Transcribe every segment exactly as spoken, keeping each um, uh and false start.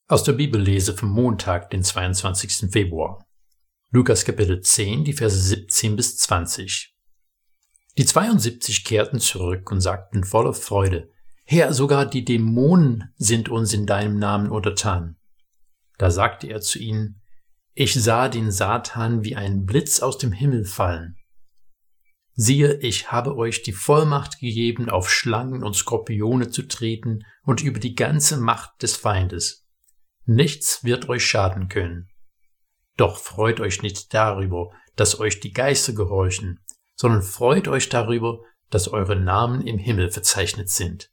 Aus der Bibellese vom Montag, den zweiundzwanzigsten Februar. Lukas Kapitel zehn, die Verse siebzehn bis zwanzig. Die zweiundsiebzig kehrten zurück und sagten voller Freude: Herr, sogar die Dämonen sind uns in deinem Namen untertan. Da sagte er zu ihnen: Ich sah den Satan wie einen Blitz aus dem Himmel fallen. Siehe, ich habe euch die Vollmacht gegeben, auf Schlangen und Skorpione zu treten und über die ganze Macht des Feindes. Nichts wird euch schaden können. Doch freut euch nicht darüber, dass euch die Geister gehorchen, sondern freut euch darüber, dass eure Namen im Himmel verzeichnet sind.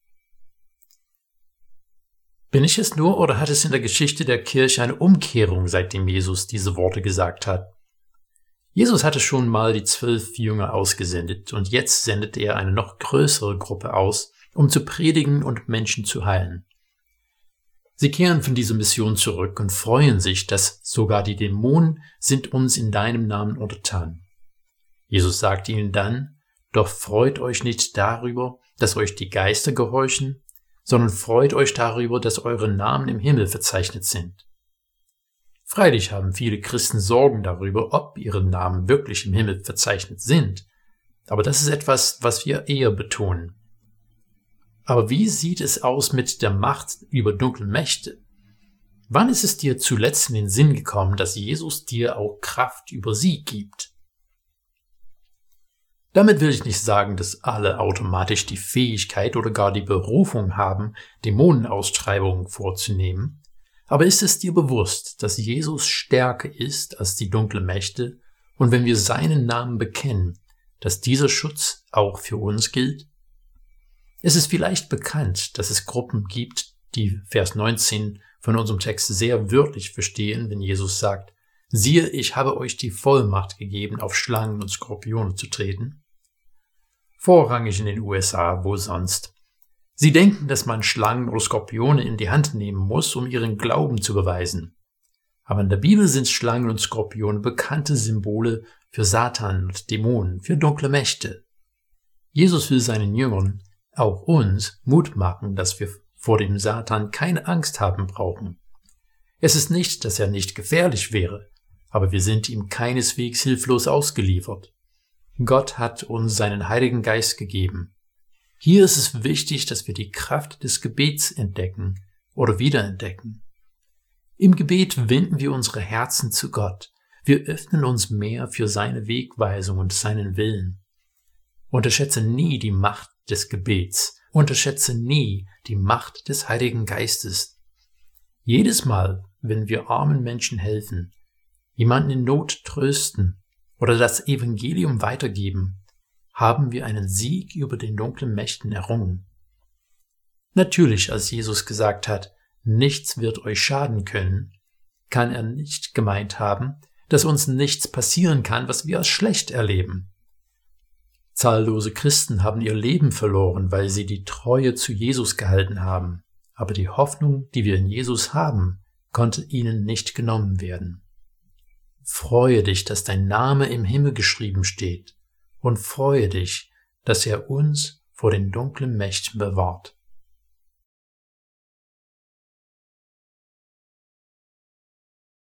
Bin ich es nur, oder hat es in der Geschichte der Kirche eine Umkehrung, seitdem Jesus diese Worte gesagt hat? Jesus hatte schon mal die zwölf Jünger ausgesendet und jetzt sendet er eine noch größere Gruppe aus, um zu predigen und Menschen zu heilen. Sie kehren von dieser Mission zurück und freuen sich, dass sogar die Dämonen sind uns in deinem Namen untertan. Jesus sagt ihnen dann: Doch freut euch nicht darüber, dass euch die Geister gehorchen, sondern freut euch darüber, dass eure Namen im Himmel verzeichnet sind. Freilich haben viele Christen Sorgen darüber, ob ihre Namen wirklich im Himmel verzeichnet sind, aber das ist etwas, was wir eher betonen. Aber wie sieht es aus mit der Macht über dunkle Mächte? Wann ist es dir zuletzt in den Sinn gekommen, dass Jesus dir auch Kraft über sie gibt? Damit will ich nicht sagen, dass alle automatisch die Fähigkeit oder gar die Berufung haben, Dämonenaustreibungen vorzunehmen. Aber ist es dir bewusst, dass Jesus stärker ist als die dunkle Mächte und wenn wir seinen Namen bekennen, dass dieser Schutz auch für uns gilt? Es ist vielleicht bekannt, dass es Gruppen gibt, die Vers neunzehn von unserem Text sehr wörtlich verstehen, wenn Jesus sagt: Siehe, ich habe euch die Vollmacht gegeben, auf Schlangen und Skorpione zu treten. Vorrangig in den U S A, wo sonst. Sie denken, dass man Schlangen oder Skorpione in die Hand nehmen muss, um ihren Glauben zu beweisen. Aber in der Bibel sind Schlangen und Skorpione bekannte Symbole für Satan und Dämonen, für dunkle Mächte. Jesus will seinen Jüngern, auch uns, Mut machen, dass wir vor dem Satan keine Angst haben brauchen. Es ist nicht, dass er nicht gefährlich wäre, aber wir sind ihm keineswegs hilflos ausgeliefert. Gott hat uns seinen Heiligen Geist gegeben. Hier ist es wichtig, dass wir die Kraft des Gebets entdecken oder wiederentdecken. Im Gebet wenden wir unsere Herzen zu Gott. Wir öffnen uns mehr für seine Wegweisung und seinen Willen. Unterschätze nie die Macht des Gebets. Unterschätze nie die Macht des Heiligen Geistes. Jedes Mal, wenn wir armen Menschen helfen, jemanden in Not trösten oder das Evangelium weitergeben, haben wir einen Sieg über den dunklen Mächten errungen. Natürlich, als Jesus gesagt hat, nichts wird euch schaden können, kann er nicht gemeint haben, dass uns nichts passieren kann, was wir als schlecht erleben. Zahllose Christen haben ihr Leben verloren, weil sie die Treue zu Jesus gehalten haben, aber die Hoffnung, die wir in Jesus haben, konnte ihnen nicht genommen werden. Freue dich, dass dein Name im Himmel geschrieben steht, und freue dich, dass er uns vor den dunklen Mächten bewahrt.